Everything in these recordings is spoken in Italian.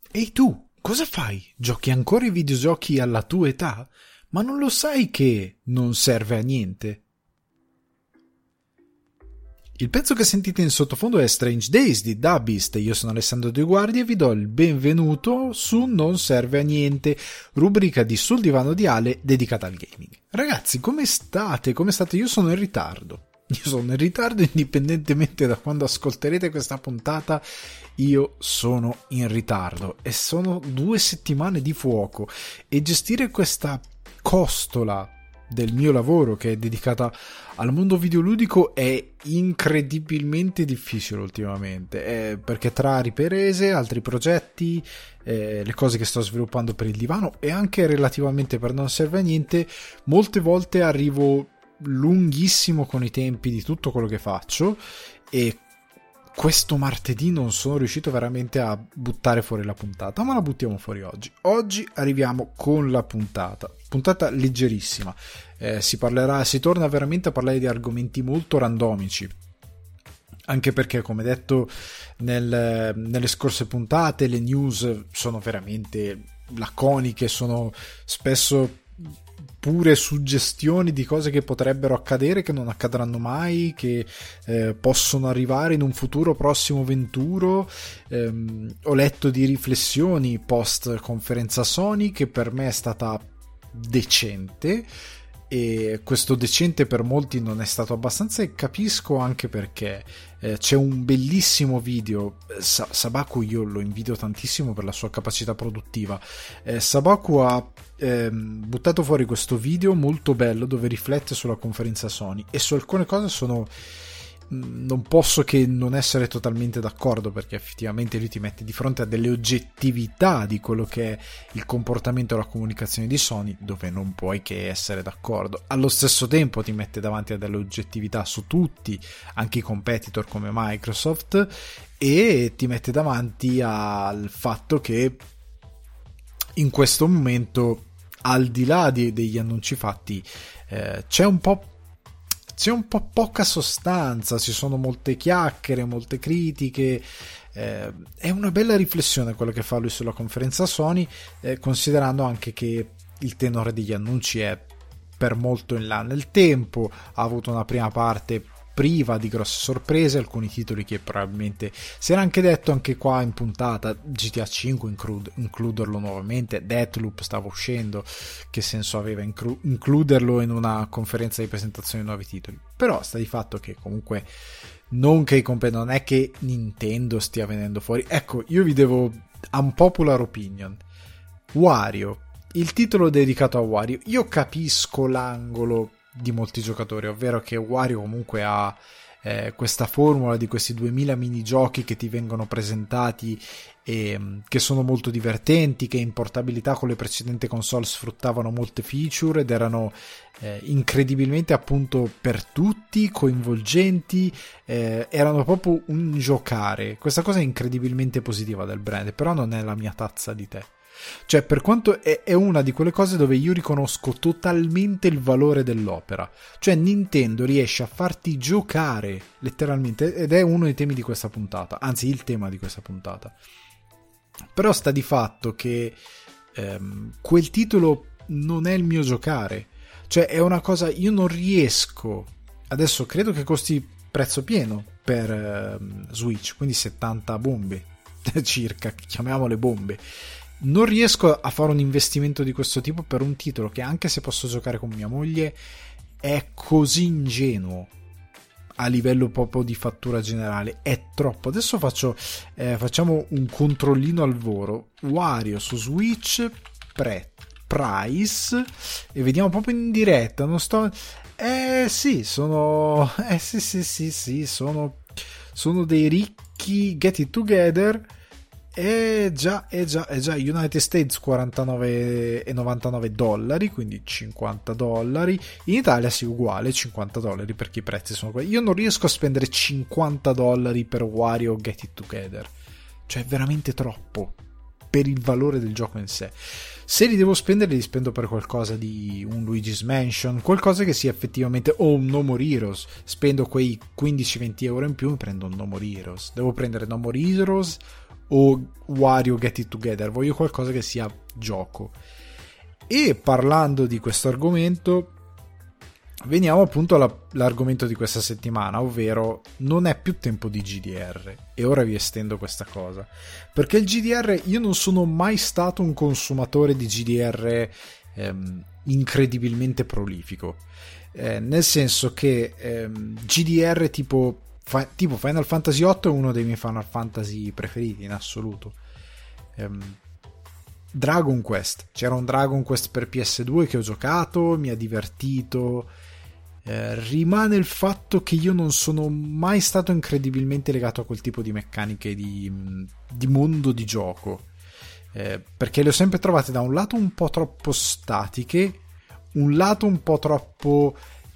Ehi tu, cosa fai? Giochi ancora ai videogiochi alla tua età? Ma non lo sai che non serve a niente? Il pezzo che sentite in sottofondo è Strange Days di Dabist. Io sono Alessandro De Guardi e vi do il benvenuto su Non Serve a Niente, rubrica di Sul Divano di Ale dedicata al gaming. Ragazzi, come state? Come state? Io sono in ritardo. Indipendentemente da quando ascolterete questa puntata. Io sono in ritardo e sono 2 settimane di fuoco e gestire questa costola del mio lavoro che è dedicata al mondo videoludico è incredibilmente difficile ultimamente, perché tra riprese, altri progetti, le cose che sto sviluppando per il divano e anche relativamente per Non Serve a Niente, molte volte arrivo lunghissimo con i tempi di tutto quello che faccio e questo martedì non sono riuscito veramente a buttare fuori la puntata, ma la buttiamo fuori oggi. Oggi arriviamo con la puntata leggerissima. Si torna veramente a parlare di argomenti molto randomici, anche perché, come detto nelle scorse puntate, le news sono veramente laconiche, sono spesso pure suggestioni di cose che potrebbero accadere, che non accadranno mai, che possono arrivare in un futuro prossimo venturo. Ho letto di riflessioni post conferenza Sony che per me è stata decente, e questo decente per molti non è stato abbastanza, e capisco anche perché. C'è un bellissimo video. Sabaku io lo invidio tantissimo per la sua capacità produttiva. Sabaku ha buttato fuori questo video molto bello dove riflette sulla conferenza Sony, e su alcune cose non posso che non essere totalmente d'accordo, perché effettivamente lui ti mette di fronte a delle oggettività di quello che è il comportamento e la comunicazione di Sony, dove non puoi che essere d'accordo. Allo stesso tempo ti mette davanti a delle oggettività su tutti, anche i competitor come Microsoft, e ti mette davanti al fatto che in questo momento, al di là degli annunci fatti, c'è un po' poca sostanza, ci sono molte chiacchiere, molte critiche. È una bella riflessione quello che fa lui sulla conferenza Sony, considerando anche che il tenore degli annunci è per molto in là nel tempo. Ha avuto una prima parte priva di grosse sorprese, alcuni titoli che probabilmente si era anche detto anche qua in puntata, GTA 5 includerlo nuovamente, Deathloop stava uscendo, che senso aveva includerlo in una conferenza di presentazione di nuovi titoli? Però sta di fatto che comunque non è che Nintendo stia venendo fuori. Ecco, io vi devo unpopular opinion. Wario, il titolo dedicato a Wario, io capisco l'angolo di molti giocatori, ovvero che Wario comunque ha questa formula di questi 2000 minigiochi che ti vengono presentati e che sono molto divertenti, che in portabilità con le precedenti console sfruttavano molte feature ed erano incredibilmente appunto per tutti, coinvolgenti, erano proprio un giocare. Questa cosa è incredibilmente positiva del brand, però non è la mia tazza di tè. Cioè, per quanto è una di quelle cose dove io riconosco totalmente il valore dell'opera, cioè Nintendo riesce a farti giocare letteralmente, ed è uno dei temi di questa puntata, anzi il tema di questa puntata. Però sta di fatto che quel titolo non è il mio giocare, cioè è una cosa, io non riesco, adesso credo che costi prezzo pieno per Switch, quindi 70 bombe circa, chiamiamole bombe. Non riesco a fare un investimento di questo tipo per un titolo che, anche se posso giocare con mia moglie, è così ingenuo a livello proprio di fattura generale, è troppo. Adesso facciamo un controllino al volo. Wario su Switch price, e vediamo proprio in diretta. Non sto sì, sono sì, sono dei ricchi get it together. Già, United States $49,99, quindi $50. In Italia sì, uguale, $50, perché i prezzi sono quelli. Io non riesco a spendere $50 per Wario Get It Together, cioè è veramente troppo per il valore del gioco in sé. Se li devo spendere, li spendo per qualcosa di un Luigi's Mansion, qualcosa che sia effettivamente, o un No More Heroes. Spendo quei 15-20 euro in più, mi prendo un No More Heroes. Devo prendere No More Heroes o Wario Get It Together, voglio qualcosa che sia gioco. E parlando di questo argomento, veniamo appunto all'argomento di questa settimana, ovvero non è più tempo di GDR. E ora vi estendo questa cosa, perché il GDR, io non sono mai stato un consumatore di GDR incredibilmente prolifico, nel senso che GDR tipo Final Fantasy VIII è uno dei miei Final Fantasy preferiti in assoluto. Dragon Quest, c'era un Dragon Quest per PS2 che ho giocato, mi ha divertito. Rimane il fatto che io non sono mai stato incredibilmente legato a quel tipo di meccaniche di mondo di gioco, perché le ho sempre trovate da un lato un po' troppo statiche, un lato un po' troppo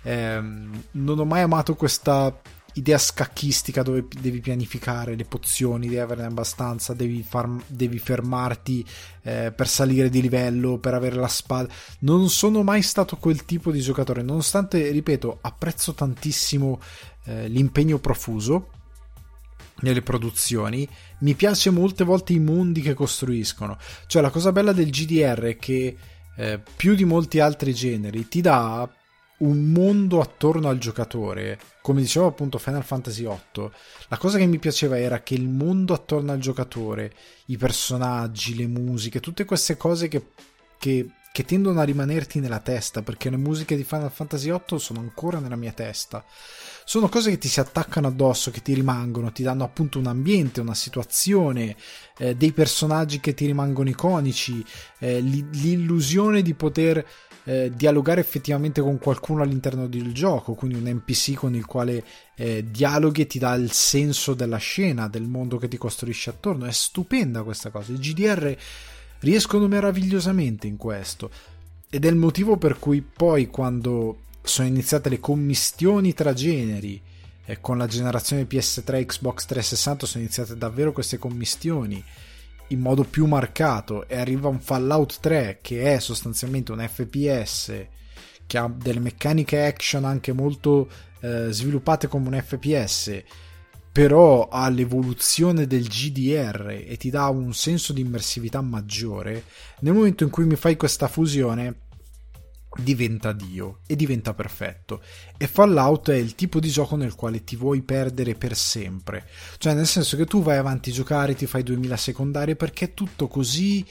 non ho mai amato questa idea scacchistica dove devi pianificare le pozioni, devi averne abbastanza, devi fermarti per salire di livello, per avere la spada. Non sono mai stato quel tipo di giocatore, nonostante, ripeto, apprezzo tantissimo l'impegno profuso nelle produzioni. Mi piace molte volte i mondi che costruiscono, cioè la cosa bella del GDR è che più di molti altri generi ti dà un mondo attorno al giocatore. Come dicevo appunto Final Fantasy VIII, la cosa che mi piaceva era che il mondo attorno al giocatore, i personaggi, le musiche, tutte queste cose che tendono a rimanerti nella testa, perché le musiche di Final Fantasy VIII sono ancora nella mia testa, sono cose che ti si attaccano addosso, che ti rimangono, ti danno appunto un ambiente, una situazione, dei personaggi che ti rimangono iconici, l'illusione di poter dialogare effettivamente con qualcuno all'interno del gioco, quindi un NPC con il quale dialoghi e ti dà il senso della scena, del mondo che ti costruisce attorno. È stupenda questa cosa. I GDR riescono meravigliosamente in questo, ed è il motivo per cui poi, quando sono iniziate le commistioni tra generi, con la generazione PS3 Xbox 360 sono iniziate davvero queste commistioni in modo più marcato, e arriva un Fallout 3 che è sostanzialmente un FPS che ha delle meccaniche action anche molto sviluppate come un FPS, però ha l'evoluzione del GDR e ti dà un senso di immersività maggiore. Nel momento in cui mi fai questa fusione diventa Dio e diventa perfetto, e Fallout è il tipo di gioco nel quale ti vuoi perdere per sempre, cioè nel senso che tu vai avanti a giocare, ti fai 2000 secondarie, perché è tutto così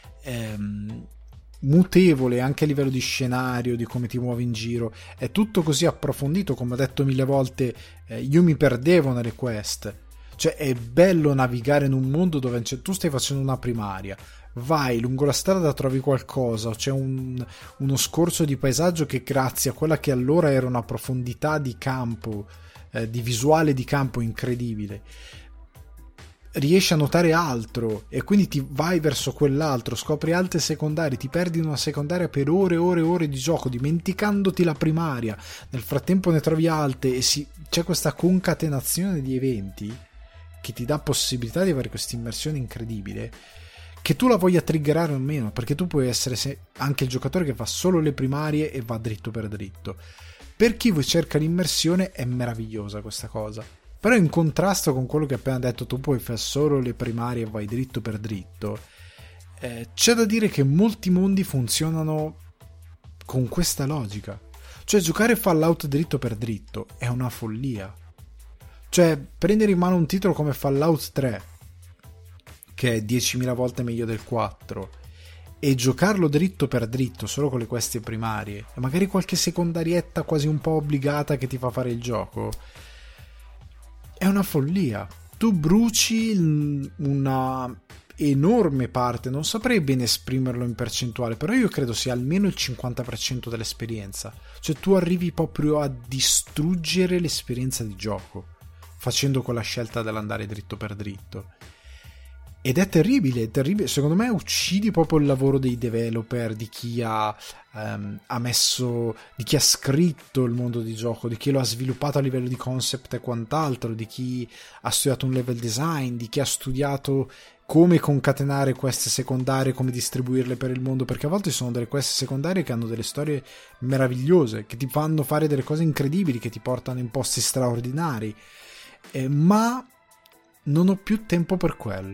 mutevole anche a livello di scenario, di come ti muovi in giro, è tutto così approfondito. Come ho detto 1000 volte, io mi perdevo nelle quest, cioè è bello navigare in un mondo dove tu stai facendo una primaria, vai lungo la strada, trovi qualcosa, c'è uno scorcio di paesaggio che, grazie a quella che allora era una profondità di campo, di visuale di campo incredibile, riesci a notare altro e quindi ti vai verso quell'altro, scopri altre secondarie, ti perdi in una secondaria per ore e ore e ore di gioco, dimenticandoti la primaria. Nel frattempo ne trovi altre e c'è questa concatenazione di eventi che ti dà possibilità di avere questa immersione incredibile, che tu la voglia triggerare o meno, perché tu puoi essere anche il giocatore che fa solo le primarie e va dritto per dritto. Per chi cerca l'immersione è meravigliosa questa cosa, però in contrasto con quello che hai appena detto, tu puoi fare solo le primarie e vai dritto per dritto, c'è da dire che molti mondi funzionano con questa logica. Cioè, giocare Fallout dritto per dritto è una follia. Cioè, prendere in mano un titolo come Fallout 3, che è 10.000 volte meglio del 4, e giocarlo dritto per dritto solo con le queste primarie e magari qualche secondarietta quasi un po' obbligata che ti fa fare il gioco, è una follia. Tu bruci una enorme parte, non saprei bene esprimerlo in percentuale, però io credo sia almeno il 50% dell'esperienza. Cioè tu arrivi proprio a distruggere l'esperienza di gioco facendo quella scelta dell'andare dritto per dritto. Ed è terribile, secondo me uccidi proprio il lavoro dei developer, di chi ha messo, di chi ha scritto il mondo di gioco, di chi lo ha sviluppato a livello di concept e quant'altro, di chi ha studiato un level design, di chi ha studiato come concatenare queste secondarie, come distribuirle per il mondo, perché a volte sono delle queste secondarie che hanno delle storie meravigliose, che ti fanno fare delle cose incredibili, che ti portano in posti straordinari, ma non ho più tempo per quello.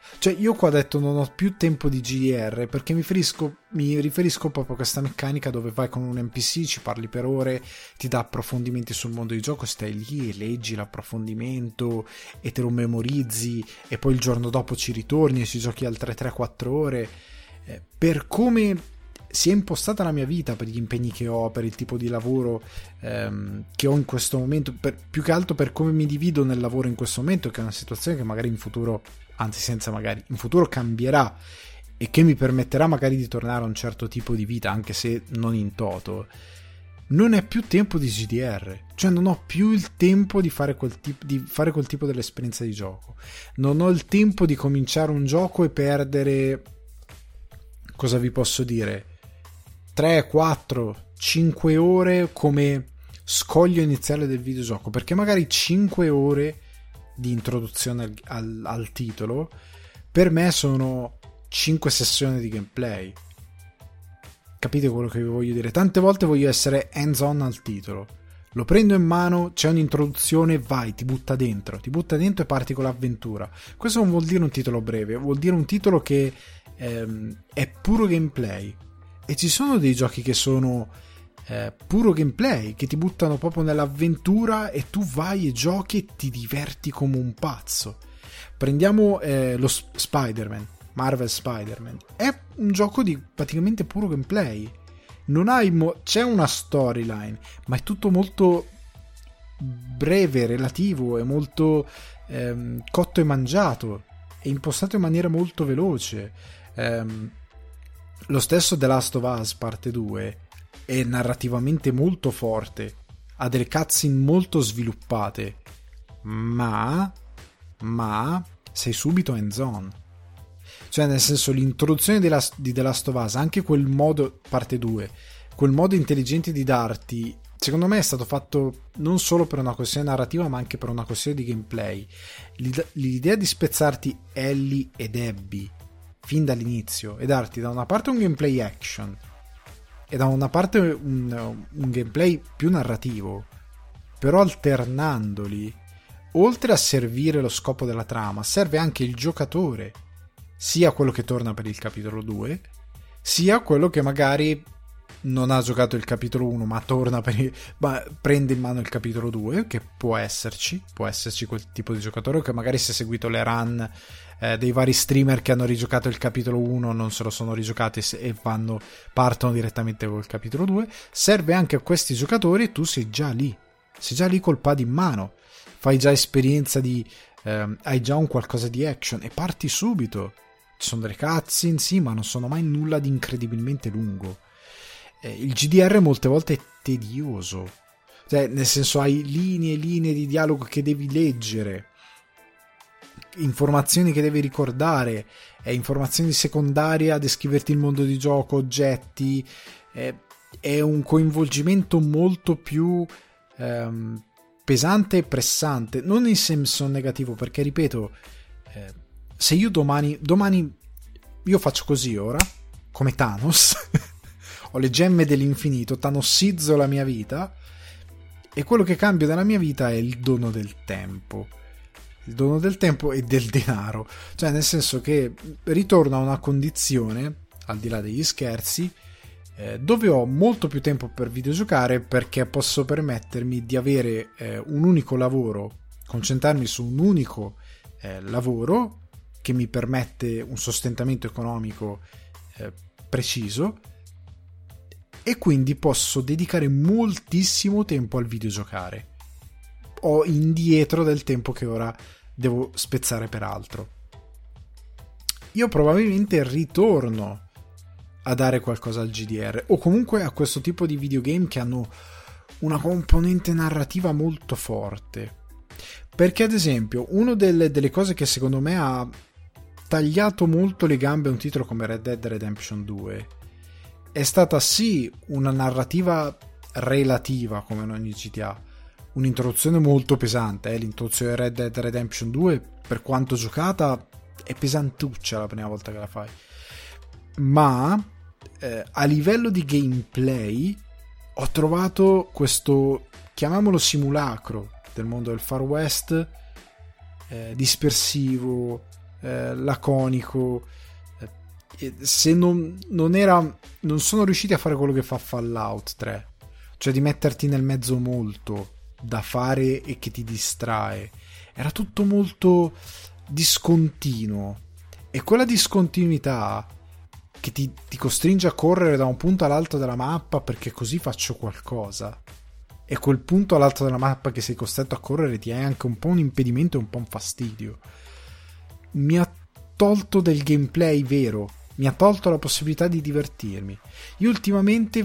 Cioè, io qua ho detto non ho più tempo di GDR perché mi riferisco proprio a questa meccanica dove vai con un NPC, ci parli per ore, ti dà approfondimenti sul mondo di gioco, stai lì e leggi l'approfondimento e te lo memorizzi e poi il giorno dopo ci ritorni e ci giochi altre 3-4 ore. Per come si è impostata la mia vita, per gli impegni che ho, per il tipo di lavoro che ho in questo momento, più che altro per come mi divido nel lavoro in questo momento, che è una situazione che magari in futuro, anzi senza magari, in futuro cambierà e che mi permetterà magari di tornare a un certo tipo di vita, anche se non in toto. Non è più tempo di GDR, cioè non ho più il tempo di fare quel tipo dell'esperienza di gioco, non ho il tempo di cominciare un gioco e perdere, cosa vi posso dire, 3, 4, 5 ore come scoglio iniziale del videogioco, perché magari 5 ore di introduzione al titolo per me sono 5 sessioni di gameplay. Capite quello che vi voglio dire? Tante volte voglio essere hands on al titolo, lo prendo in mano, c'è un'introduzione, vai, ti butta dentro e parti con l'avventura. Questo non vuol dire un titolo breve, vuol dire un titolo che è puro gameplay. E ci sono dei giochi che sono puro gameplay, che ti buttano proprio nell'avventura e tu vai e giochi e ti diverti come un pazzo. Prendiamo lo Spider-Man, Marvel Spider-Man. È un gioco di praticamente puro gameplay. Non hai c'è una storyline, ma è tutto molto breve, relativo, è molto cotto e mangiato, è impostato in maniera molto veloce. Lo stesso The Last of Us parte 2 è narrativamente molto forte, ha delle cutscene molto sviluppate, ma sei subito hands on. Cioè, nel senso, l'introduzione di The Last of Us, anche quel modo, parte 2, quel modo intelligente di darti, secondo me è stato fatto non solo per una questione narrativa, ma anche per una questione di gameplay. L'idea di spezzarti Ellie ed Abby fin dall'inizio e darti da una parte un gameplay action e da una parte un gameplay più narrativo, però alternandoli, oltre a servire lo scopo della trama, serve anche il giocatore, sia quello che torna per il capitolo 2, sia quello che magari non ha giocato il capitolo 1 ma torna prende in mano il capitolo 2, che può esserci quel tipo di giocatore che magari si è seguito le run dei vari streamer che hanno rigiocato il capitolo 1, non se lo sono rigiocati e partono direttamente col capitolo 2. Serve anche a questi giocatori e tu sei già lì col pad in mano, fai già esperienza hai già un qualcosa di action e parti subito. Ci sono delle cutscene, sì, ma non sono mai nulla di incredibilmente lungo. Il GDR molte volte è tedioso, cioè, nel senso, hai linee e linee di dialogo che devi leggere, informazioni che devi ricordare, informazioni secondarie a descriverti il mondo di gioco, oggetti, è un coinvolgimento molto più pesante e pressante, non in senso negativo, perché ripeto, se io domani io faccio così ora, come Thanos ho le gemme dell'infinito, thanossizzo la mia vita e quello che cambio nella mia vita è il dono del tempo e del denaro, cioè nel senso che ritorno a una condizione, al di là degli scherzi, dove ho molto più tempo per videogiocare, perché posso permettermi di avere un unico lavoro, concentrarmi su un unico lavoro che mi permette un sostentamento economico preciso, e quindi posso dedicare moltissimo tempo al videogiocare. Ho indietro del tempo che ora devo spezzare per altro. Io probabilmente ritorno a dare qualcosa al GDR, o comunque a questo tipo di videogame che hanno una componente narrativa molto forte, perché ad esempio una delle cose che secondo me ha tagliato molto le gambe a un titolo come Red Dead Redemption 2 è stata sì una narrativa relativa come in ogni GTA, un'introduzione molto pesante, l'introduzione di Red Dead Redemption 2 per quanto giocata è pesantuccia la prima volta che la fai, ma a livello di gameplay ho trovato questo, chiamiamolo simulacro del mondo del Far West, dispersivo, laconico. Se non sono riusciti a fare quello che fa Fallout 3, cioè di metterti nel mezzo molto da fare e che ti distrae, era tutto molto discontinuo, e quella discontinuità che ti costringe a correre da un punto all'altro della mappa perché così faccio qualcosa, e quel punto all'altro della mappa che sei costretto a correre ti è anche un po' un impedimento e un po' un fastidio, mi ha tolto del gameplay vero, mi ha tolto la possibilità di divertirmi. Io ultimamente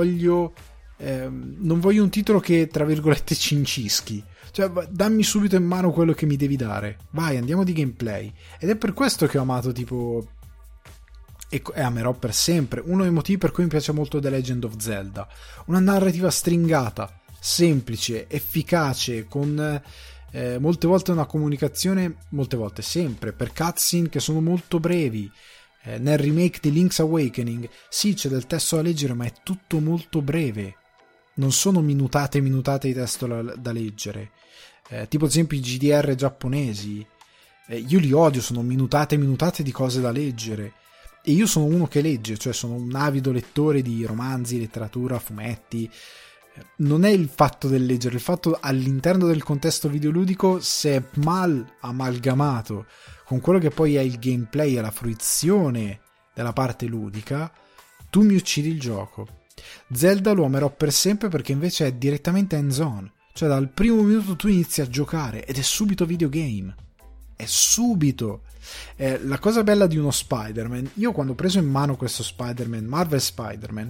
non voglio un titolo che tra virgolette cincischi, cioè dammi subito in mano quello che mi devi dare, vai, andiamo di gameplay. Ed è per questo che ho amato tipo e amerò per sempre uno dei motivi per cui mi piace molto The Legend of Zelda, una narrativa stringata, semplice, efficace, con molte volte una comunicazione, molte volte sempre, per cutscene che sono molto brevi. Nel remake di Link's Awakening sì, c'è del testo da leggere, ma è tutto molto breve, non sono minutate e minutate di testo da leggere, tipo ad esempio i GDR giapponesi, io li odio, sono minutate e minutate di cose da leggere, e io sono uno che legge, cioè sono un avido lettore di romanzi, letteratura, fumetti. Non è il fatto del leggere, il fatto all'interno del contesto videoludico, se è mal amalgamato con quello che poi è il gameplay e la fruizione della parte ludica, tu mi uccidi il gioco. Zelda lo amerò per sempre perché invece è direttamente hands-on, cioè dal primo minuto tu inizi a giocare ed è subito videogame, è subito. La cosa bella di uno Spider-Man, io quando ho preso in mano questo Spider-Man, Marvel Spider-Man,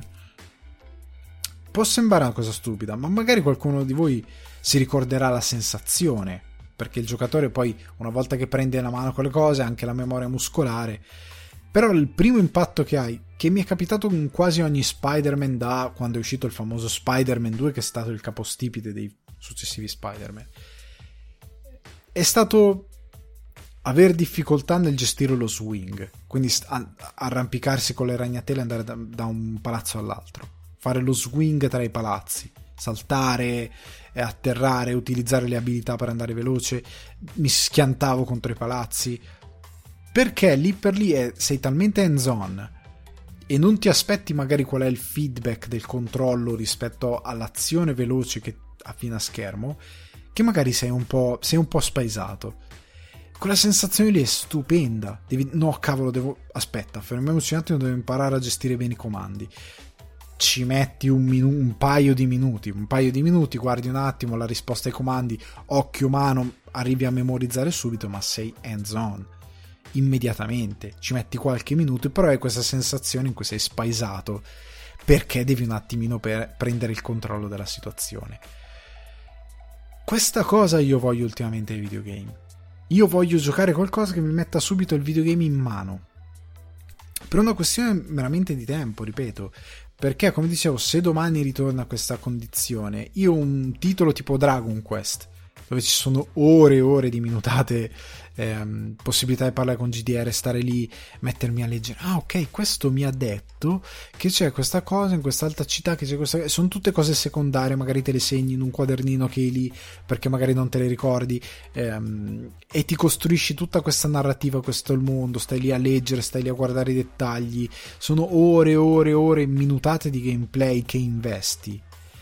può sembrare una cosa stupida, ma magari qualcuno di voi si ricorderà la sensazione, perché il giocatore poi, una volta che prende la mano con le cose, ha anche la memoria muscolare. Però il primo impatto che hai, che mi è capitato in quasi ogni Spider-Man da quando è uscito il famoso Spider-Man 2, che è stato il capostipite dei successivi Spider-Man, è stato aver difficoltà nel gestire lo swing, quindi arrampicarsi con le ragnatele e andare da un palazzo all'altro, fare lo swing tra i palazzi, saltare, atterrare, utilizzare le abilità per andare veloce. Mi schiantavo contro i palazzi, perché lì per lì sei talmente hands on e non ti aspetti magari qual è il feedback del controllo rispetto all'azione veloce che avviene a schermo, che magari sei un po' spaesato. Quella sensazione lì è stupenda. No, cavolo, aspetta, fermiamoci un attimo, devo imparare a gestire bene i comandi. Ci metti un paio di minuti, guardi un attimo la risposta ai comandi, occhio mano, arrivi a memorizzare subito, ma sei hands on immediatamente. Ci metti qualche minuto, però hai questa sensazione in cui sei spaesato perché devi un attimino prendere il controllo della situazione. Questa cosa io voglio ultimamente ai videogame. Io voglio giocare qualcosa che mi metta subito il videogame in mano, per una questione meramente di tempo, ripeto, perché come dicevo, se domani ritorna a questa condizione, io un titolo tipo Dragon Quest, dove ci sono ore e ore di minutate, possibilità di parlare con GDR, stare lì, mettermi a leggere, ok, questo mi ha detto che c'è questa cosa in quest'altra città, che c'è questa, sono tutte cose secondarie, magari te le segni in un quadernino che hai lì perché magari non te le ricordi, e ti costruisci tutta questa narrativa, questo è il mondo, stai lì a leggere, stai lì a guardare i dettagli, sono ore e ore e ore minutate di gameplay che investi.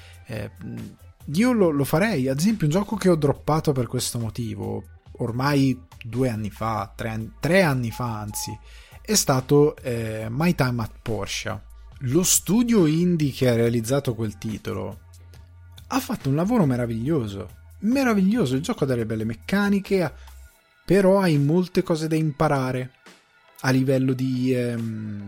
Io lo farei. Ad esempio, un gioco che ho droppato per questo motivo ormai 2 anni fa, 3 anni fa anzi, è stato My Time at Portia. Lo studio indie che ha realizzato quel titolo ha fatto un lavoro meraviglioso, il gioco ha delle belle meccaniche, però hai molte cose da imparare a livello di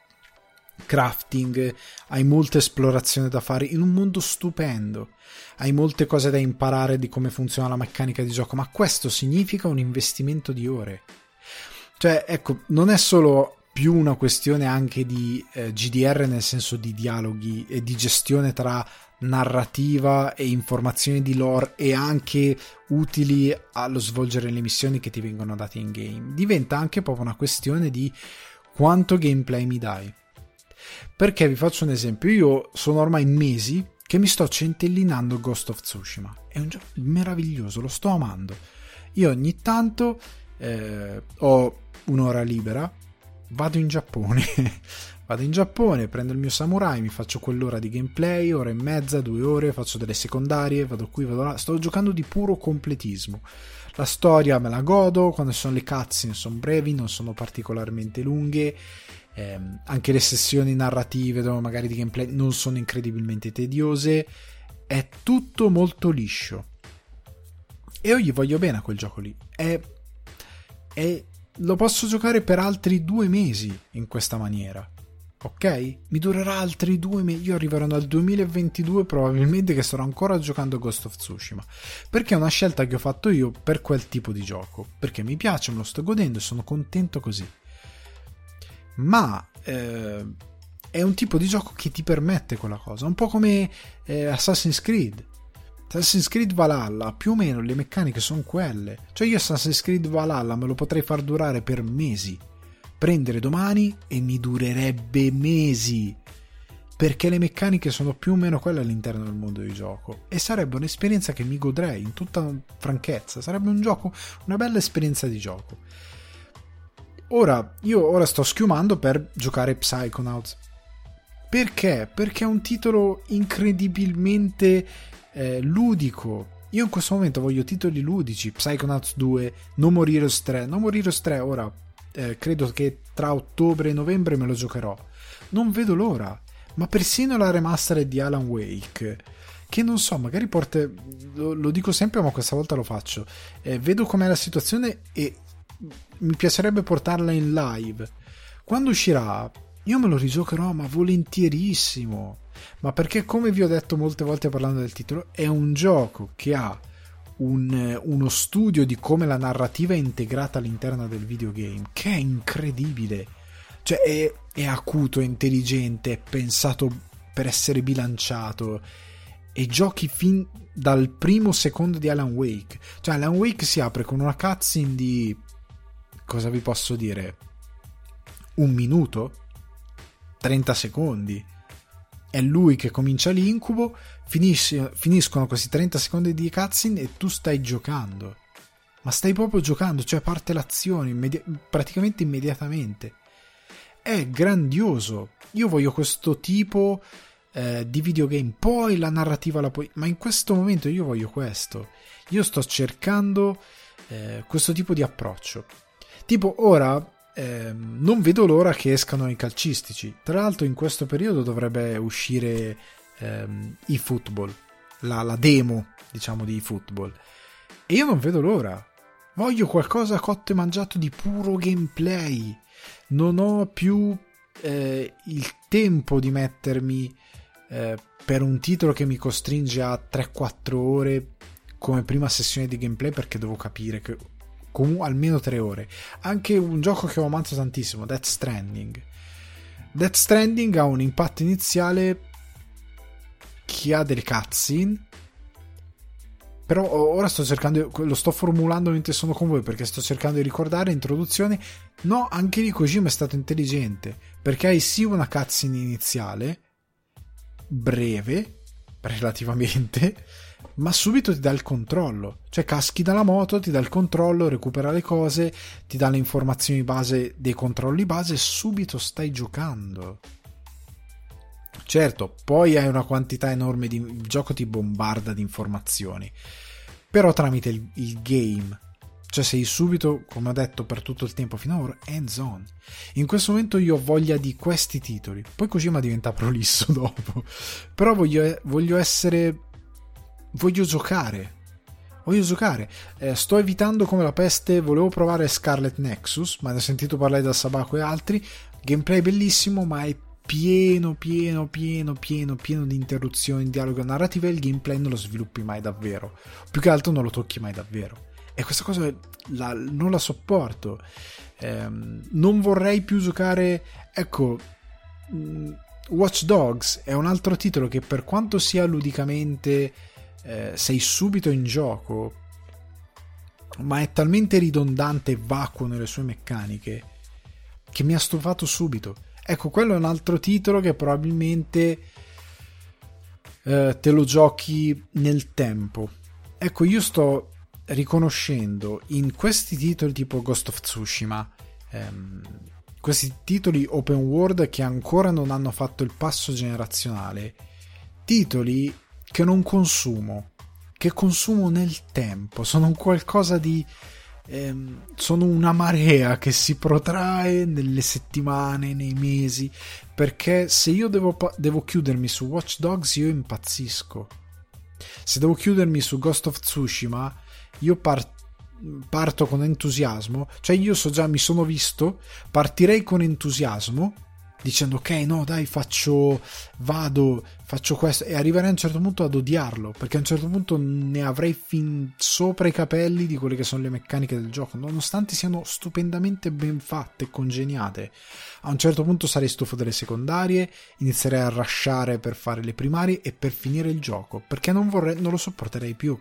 crafting, hai molta esplorazione da fare in un mondo stupendo, hai molte cose da imparare di come funziona la meccanica di gioco, ma questo significa un investimento di ore. Cioè, ecco, non è solo più una questione anche di GDR, nel senso di dialoghi e di gestione tra narrativa e informazioni di lore e anche utili allo svolgere le missioni che ti vengono date in game. Diventa anche proprio una questione di quanto gameplay mi dai. Perché vi faccio un esempio, io sono ormai mesi che mi sto centellinando Ghost of Tsushima, è un gioco meraviglioso, lo sto amando. Io ogni tanto ho un'ora libera, vado in Giappone. Vado in Giappone, prendo il mio samurai, mi faccio quell'ora di gameplay, ora e mezza, 2 ore, faccio delle secondarie, vado qui, vado là. Sto giocando di puro completismo. La storia me la godo, quando sono le cutscene sono brevi, non sono particolarmente lunghe. Anche le sessioni narrative dove magari di gameplay non sono incredibilmente tediose. È tutto molto liscio. E io gli voglio bene a quel gioco lì. Lo posso giocare per altri 2 mesi in questa maniera. Ok? Mi durerà altri 2 mesi. Io arriverò dal 2022 probabilmente che starò ancora giocando Ghost of Tsushima, perché è una scelta che ho fatto io per quel tipo di gioco, perché mi piace, me lo sto godendo e sono contento così. Ma è un tipo di gioco che ti permette quella cosa, un po' come Assassin's Creed Valhalla, più o meno le meccaniche sono quelle. Cioè io Assassin's Creed Valhalla me lo potrei far durare per mesi, prendere domani e mi durerebbe mesi, perché le meccaniche sono più o meno quelle all'interno del mondo di gioco, e sarebbe un'esperienza che mi godrei in tutta franchezza. Sarebbe un gioco, una bella esperienza di gioco. Ora sto schiumando per giocare Psychonauts. Perché? Perché è un titolo incredibilmente ludico. Io in questo momento voglio titoli ludici. Psychonauts 2, No More Heroes 3. No More Heroes 3 ora credo che tra ottobre e novembre me lo giocherò. Non vedo l'ora. Ma persino la remastered di Alan Wake, che non so, magari lo dico sempre, ma questa volta lo faccio. Vedo com'è la situazione e mi piacerebbe portarla in live. Quando uscirà io me lo rigiocherò, ma volentierissimo. Ma perché, come vi ho detto molte volte parlando del titolo, è un gioco che ha uno studio di come la narrativa è integrata all'interno del videogame, che è incredibile. Cioè è acuto, è intelligente, è pensato per essere bilanciato, e giochi fin dal primo secondo di Alan Wake. Cioè Alan Wake si apre con una cutscene di, cosa vi posso dire, 1 minuto, 30 secondi. È lui che comincia l'incubo, finiscono questi 30 secondi di cutscene e tu stai giocando. Ma stai proprio giocando, cioè parte l'azione praticamente immediatamente. È grandioso. Io voglio questo tipo di videogame. Poi la narrativa ma in questo momento io voglio questo. Io sto cercando questo tipo di approccio. Tipo ora non vedo l'ora che escano i calcistici. Tra l'altro in questo periodo dovrebbe uscire eFootball, la demo diciamo di eFootball, e io non vedo l'ora. Voglio qualcosa cotto e mangiato di puro gameplay. Non ho più il tempo di mettermi per un titolo che mi costringe a 3-4 ore come prima sessione di gameplay, perché devo capire che almeno 3 ore. Anche un gioco che ho amato tantissimo, Death Stranding ha un impatto iniziale che ha delle cutscene, però ora lo sto formulando mentre sono con voi, perché sto cercando di ricordare introduzione. No, anche lì Kojima è stato intelligente, perché hai sì una cutscene iniziale breve relativamente, ma subito ti dà il controllo. Cioè caschi dalla moto, ti dà il controllo, recupera le cose, ti dà le informazioni base dei controlli base e subito stai giocando. Certo, poi hai una quantità enorme il gioco ti bombarda di informazioni, però tramite il game. Cioè sei subito, come ho detto per tutto il tempo fino ad ora, hands on. In questo momento io ho voglia di questi titoli. Poi Kojima diventa prolisso dopo, però voglio giocare. Sto evitando come la peste. Volevo provare Scarlet Nexus, ma ne ho sentito parlare da Sabaco e altri. Gameplay bellissimo, ma è pieno di interruzioni, dialogo narrativo, e il gameplay non lo sviluppi mai davvero. Più che altro non lo tocchi mai davvero. E questa cosa non la sopporto. Non vorrei più giocare. Ecco, Watch Dogs è un altro titolo che, per quanto sia ludicamente sei subito in gioco, ma è talmente ridondante e vacuo nelle sue meccaniche che mi ha stufato subito. Ecco, quello è un altro titolo che probabilmente te lo giochi nel tempo. Ecco, io sto riconoscendo in questi titoli tipo Ghost of Tsushima, questi titoli open world che ancora non hanno fatto il passo generazionale, titoli che non consumo, che consumo nel tempo, sono un qualcosa di sono una marea che si protrae nelle settimane, nei mesi, perché se io devo chiudermi su Watch Dogs io impazzisco, se devo chiudermi su Ghost of Tsushima io parto con entusiasmo, cioè io so già, mi sono visto, partirei con entusiasmo dicendo ok, no dai, faccio questo, e arriverei a un certo punto ad odiarlo, perché a un certo punto ne avrei fin sopra i capelli di quelle che sono le meccaniche del gioco, nonostante siano stupendamente ben fatte e congeniate. A un certo punto sarei stufo delle secondarie, inizierei a rushare per fare le primarie e per finire il gioco, perché non lo sopporterei più.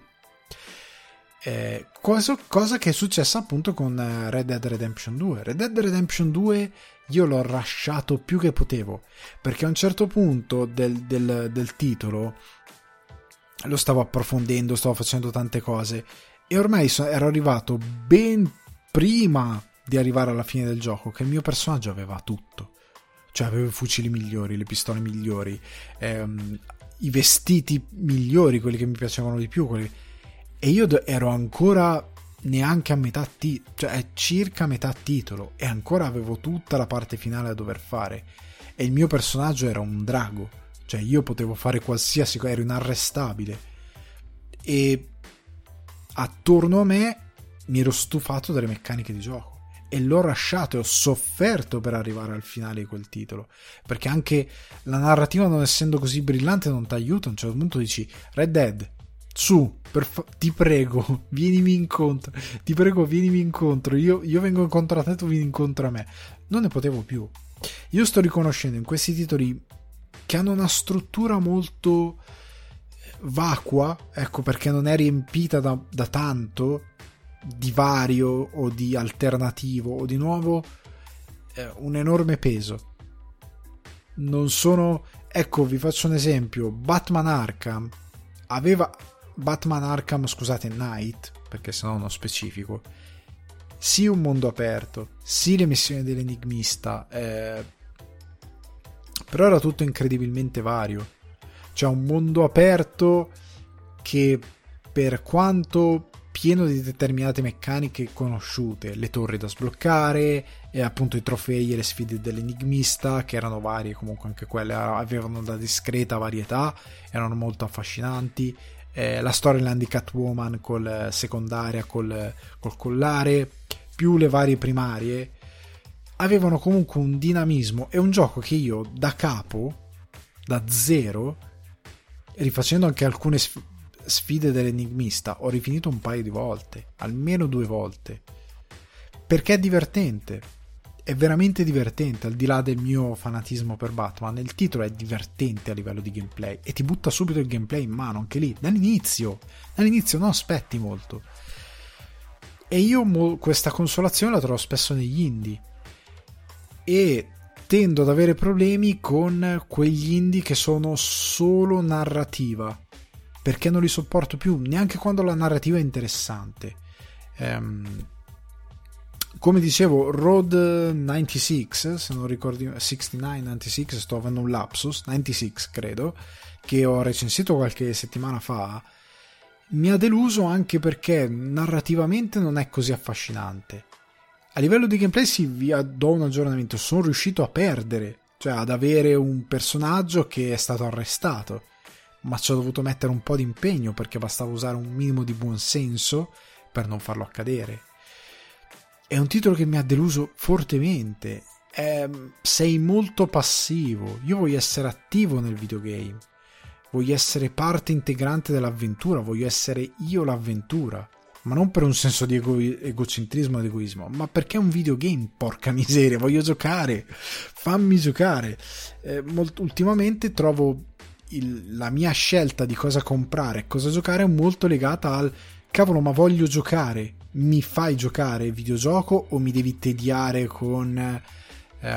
Cosa che è successa appunto con Red Dead Redemption 2. Red Dead Redemption 2 io l'ho rushato più che potevo, perché a un certo punto del titolo lo stavo approfondendo, stavo facendo tante cose e ormai ero arrivato ben prima di arrivare alla fine del gioco che il mio personaggio aveva tutto, cioè aveva i fucili migliori, le pistole migliori, i vestiti migliori, quelli che mi piacevano di più, e io ero ancora neanche a metà cioè circa metà titolo, e ancora avevo tutta la parte finale da dover fare, e il mio personaggio era un drago, cioè io potevo fare qualsiasi cosa, ero inarrestabile, e attorno a me mi ero stufato delle meccaniche di gioco e l'ho rushato e ho sofferto per arrivare al finale di quel titolo, perché anche la narrativa, non essendo così brillante, non ti aiuta. A un certo punto dici Red Dead, su, ti prego, vienimi incontro, ti prego, vienimi incontro, io vengo incontro a te, tu vieni incontro a me. Non ne potevo più. Io sto riconoscendo in questi titoli che hanno una struttura molto vacua, ecco, perché non è riempita da tanto di vario o di alternativo o di nuovo, un enorme peso. Non sono, ecco, vi faccio un esempio. Batman Arkham scusate, Knight, perché sennò non specifico, sì, un mondo aperto, sì, le missioni dell'enigmista, però era tutto incredibilmente vario. C'è un mondo aperto che, per quanto pieno di determinate meccaniche conosciute, le torri da sbloccare e appunto i trofei e le sfide dell'enigmista, che erano varie, comunque anche quelle avevano una discreta varietà, erano molto affascinanti, la storyline di Catwoman col secondaria, col collare, più le varie primarie, avevano comunque un dinamismo, e un gioco che io da capo, da zero, rifacendo anche alcune sfide dell'enigmista, ho rifinito un paio di volte, almeno 2 volte, perché è divertente, è veramente divertente. Al di là del mio fanatismo per Batman, il titolo è divertente a livello di gameplay e ti butta subito il gameplay in mano, anche lì dall'inizio non aspetti molto. E io questa consolazione la trovo spesso negli indie, e tendo ad avere problemi con quegli indie che sono solo narrativa, perché non li sopporto più, neanche quando la narrativa è interessante. Come dicevo, Road 96, se non ricordi, 69, 96, sto avendo un lapsus, 96 credo, che ho recensito qualche settimana fa, mi ha deluso anche perché narrativamente non è così affascinante. A livello di gameplay vi do un aggiornamento, sono riuscito a perdere, cioè ad avere un personaggio che è stato arrestato, ma ci ho dovuto mettere un po' di impegno perché bastava usare un minimo di buonsenso per non farlo accadere. È un titolo che mi ha deluso fortemente. Sei molto passivo. Io voglio essere attivo nel videogame, voglio essere parte integrante dell'avventura, voglio essere io l'avventura, ma non per un senso di egocentrismo ed egoismo, ma perché è un videogame, porca miseria, voglio giocare, fammi giocare. Ultimamente trovo la mia scelta di cosa comprare e cosa giocare molto legata al cavolo, ma voglio giocare, mi fai giocare il videogioco o mi devi tediare con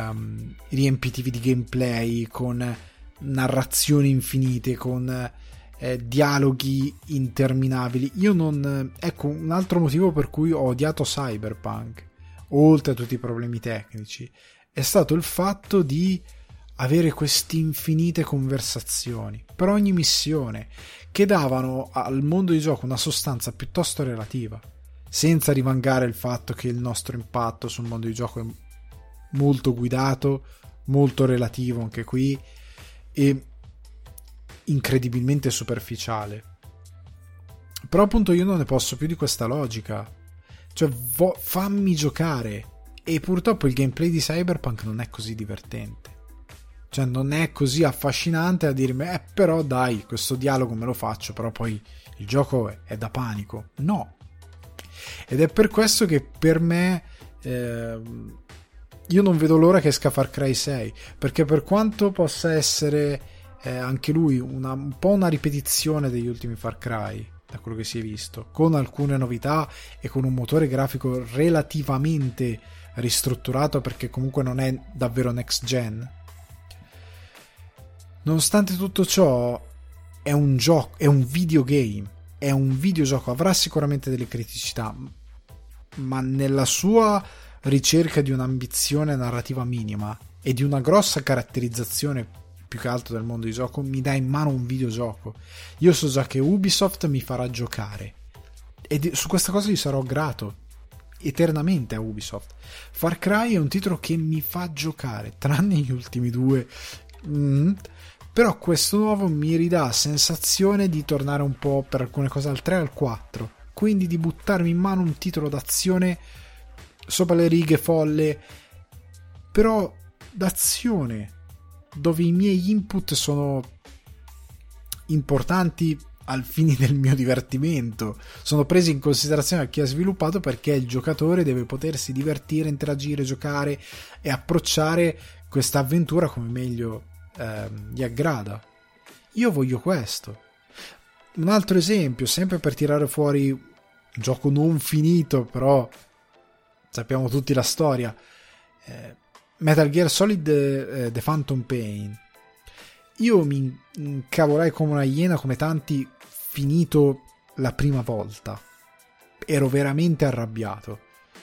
riempitivi di gameplay, con narrazioni infinite, con dialoghi interminabili. Io non... Ecco, un altro motivo per cui ho odiato Cyberpunk, oltre a tutti i problemi tecnici, è stato il fatto di avere queste infinite conversazioni per ogni missione, che davano al mondo di gioco una sostanza piuttosto relativa, senza rivangare il fatto che il nostro impatto sul mondo di gioco è molto guidato, molto relativo anche qui, e incredibilmente superficiale. Però appunto io non ne posso più di questa logica, cioè fammi giocare. E purtroppo il gameplay di Cyberpunk non è così divertente, cioè non è così affascinante a dirmi però dai, questo dialogo me lo faccio, però poi il gioco è da panico. No, ed è per questo che per me io non vedo l'ora che esca Far Cry 6, perché per quanto possa essere anche lui un po' una ripetizione degli ultimi Far Cry, da quello che si è visto, con alcune novità e con un motore grafico relativamente ristrutturato, perché comunque non è davvero next gen, nonostante tutto ciò è un gioco, è un videogame, è un videogioco, avrà sicuramente delle criticità, ma nella sua ricerca di un'ambizione narrativa minima e di una grossa caratterizzazione più che altro del mondo di gioco, mi dà in mano un videogioco. Io so già che Ubisoft mi farà giocare e su questa cosa gli sarò grato eternamente a Ubisoft. Far Cry è un titolo che mi fa giocare, tranne gli ultimi due, però questo nuovo mi ridà sensazione di tornare un po' per alcune cose al 3 e al 4, quindi di buttarmi in mano un titolo d'azione sopra le righe, folle, però d'azione, dove i miei input sono importanti al fine del mio divertimento, sono presi in considerazione da chi ha sviluppato, perché il giocatore deve potersi divertire, interagire, giocare e approcciare questa avventura come meglio gli aggrada. Io voglio questo. Un altro esempio, sempre per tirare fuori un gioco non finito, però sappiamo tutti la storia, Metal Gear Solid The Phantom Pain. Io mi incavorai come una iena, come tanti, finito la prima volta. Ero veramente arrabbiato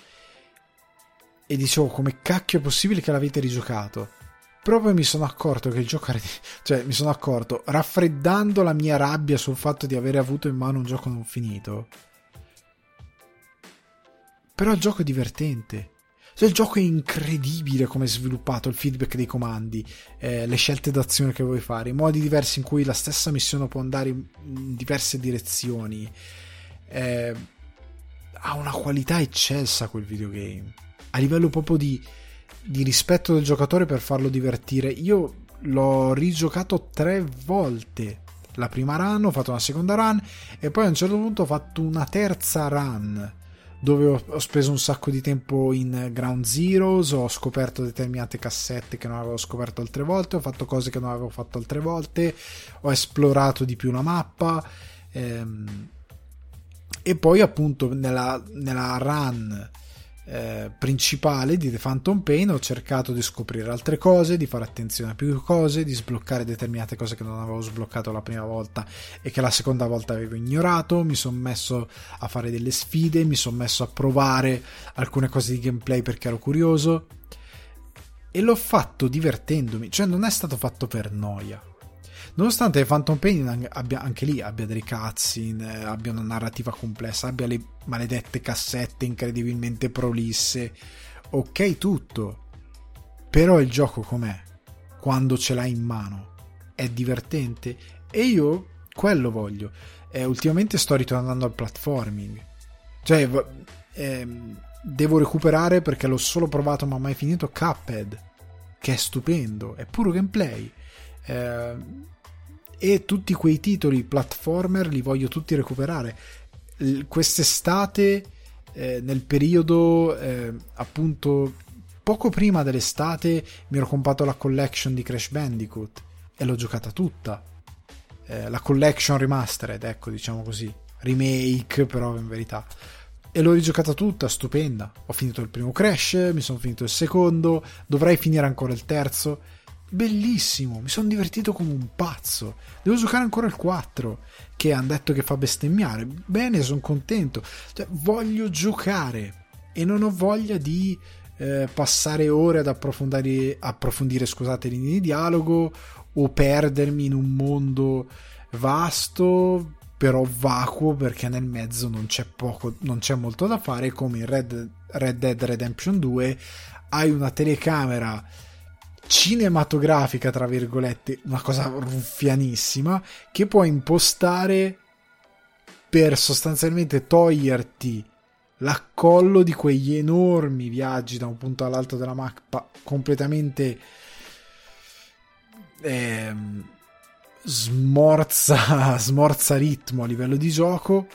e dicevo, come cacchio è possibile che l'avete rigiocato? Proprio mi sono accorto che il gioco era... cioè mi sono accorto, raffreddando la mia rabbia sul fatto di avere avuto in mano un gioco non finito, però il gioco è divertente. Cioè, il gioco è incredibile come è sviluppato, il feedback dei comandi, le scelte d'azione che vuoi fare, i modi diversi in cui la stessa missione può andare in diverse direzioni. Ha una qualità eccelsa quel videogame, a livello proprio di rispetto del giocatore per farlo divertire. Io l'ho rigiocato 3 volte. La prima run, ho fatto una seconda run e poi a un certo punto ho fatto una terza run, dove ho speso un sacco di tempo in Ground Zeroes, ho scoperto determinate cassette che non avevo scoperto altre volte, ho fatto cose che non avevo fatto altre volte, ho esplorato di più la mappa, e poi appunto nella run principale di The Phantom Pain ho cercato di scoprire altre cose, di fare attenzione a più cose, di sbloccare determinate cose che non avevo sbloccato la prima volta e che la seconda volta avevo ignorato. Mi sono messo a fare delle sfide, mi sono messo a provare alcune cose di gameplay perché ero curioso e l'ho fatto divertendomi, cioè non è stato fatto per noia. Nonostante Phantom Pain anche lì abbia delle cutscene, abbia una narrativa complessa, abbia le maledette cassette incredibilmente prolisse, ok tutto, però il gioco com'è? Quando ce l'hai in mano è divertente e io quello voglio. Ultimamente sto ritornando al platforming, cioè devo recuperare, perché l'ho solo provato ma mai finito, Cuphead, che è stupendo, è puro gameplay. E tutti quei titoli platformer li voglio tutti recuperare. Quest'estate, nel periodo appunto poco prima dell'estate, mi ero comprato la collection di Crash Bandicoot e l'ho giocata tutta, la collection remastered, ecco, diciamo così, remake però in verità, e l'ho rigiocata tutta, stupenda. Ho finito il primo Crash, mi sono finito il secondo, dovrei finire ancora il terzo. bellissimo, mi sono divertito come un pazzo. Devo giocare ancora il 4, che hanno detto che fa bestemmiare. Bene, sono contento, cioè, voglio giocare e non ho voglia di passare ore ad approfondire scusate, linee di dialogo o perdermi in un mondo vasto però vacuo, perché nel mezzo non c'è molto da fare. Come in Red Dead Redemption 2 hai una telecamera cinematografica, tra virgolette, una cosa ruffianissima, che puoi impostare per sostanzialmente toglierti l'accollo di quegli enormi viaggi da un punto all'altro della mappa, completamente smorza ritmo a livello di gioco,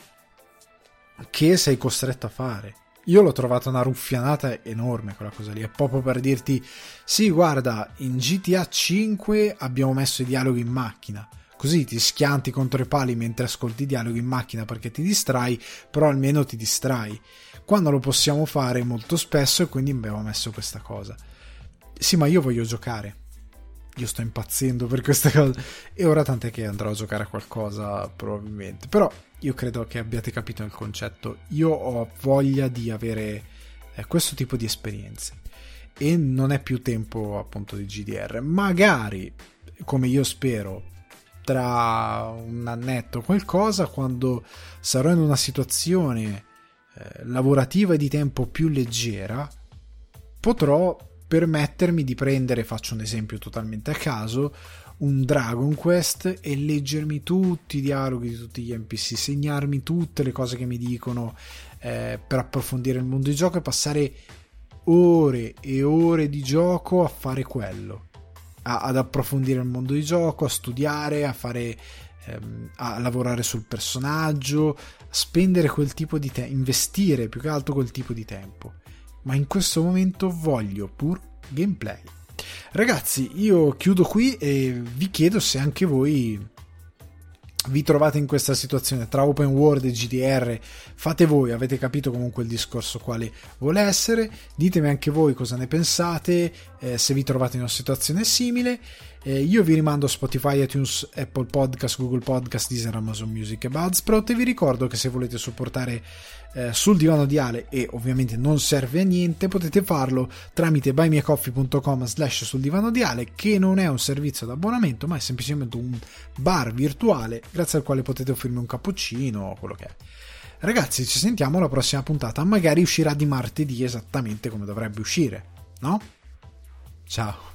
che sei costretto a fare. Io l'ho trovata una ruffianata enorme quella cosa lì. È proprio per dirti: sì, guarda, in GTA 5 abbiamo messo i dialoghi in macchina, così ti schianti contro i pali mentre ascolti i dialoghi in macchina perché ti distrai, però almeno ti distrai, quando lo possiamo fare molto spesso, e quindi abbiamo messo questa cosa. Sì, ma io voglio giocare, io sto impazzendo per queste cose, e ora tant'è che andrò a giocare a qualcosa probabilmente. Però io credo che abbiate capito il concetto. Io ho voglia di avere questo tipo di esperienze, e non è più tempo appunto di GDR. Magari, come io spero, tra un annetto qualcosa, quando sarò in una situazione lavorativa e di tempo più leggera, potrò permettermi di prendere, faccio un esempio totalmente a caso, un Dragon Quest e leggermi tutti i dialoghi di tutti gli NPC, segnarmi tutte le cose che mi dicono per approfondire il mondo di gioco, e passare ore e ore di gioco a fare quello, ad approfondire il mondo di gioco, a studiare, a fare a lavorare sul personaggio, spendere quel tipo di tempo, investire più che altro quel tipo di tempo. Ma in questo momento voglio pur gameplay. Ragazzi, io chiudo qui e vi chiedo se anche voi vi trovate in questa situazione tra open world e GDR. Fate voi, avete capito comunque il discorso quale vuole essere. Ditemi anche voi cosa ne pensate, se vi trovate in una situazione simile. Io vi rimando a Spotify, iTunes, Apple Podcast, Google Podcast, Deezer, Amazon Music e Buzzsprout, e vi ricordo che se volete supportare Sul Divano di Ale, e ovviamente non serve a niente, potete farlo tramite buymeacoffee.com/Sul Divano di Ale, che non è un servizio d'abbonamento ma è semplicemente un bar virtuale grazie al quale potete offrirmi un cappuccino o quello che è. Ragazzi, ci sentiamo alla prossima puntata, magari uscirà di martedì esattamente come dovrebbe uscire, no? Ciao.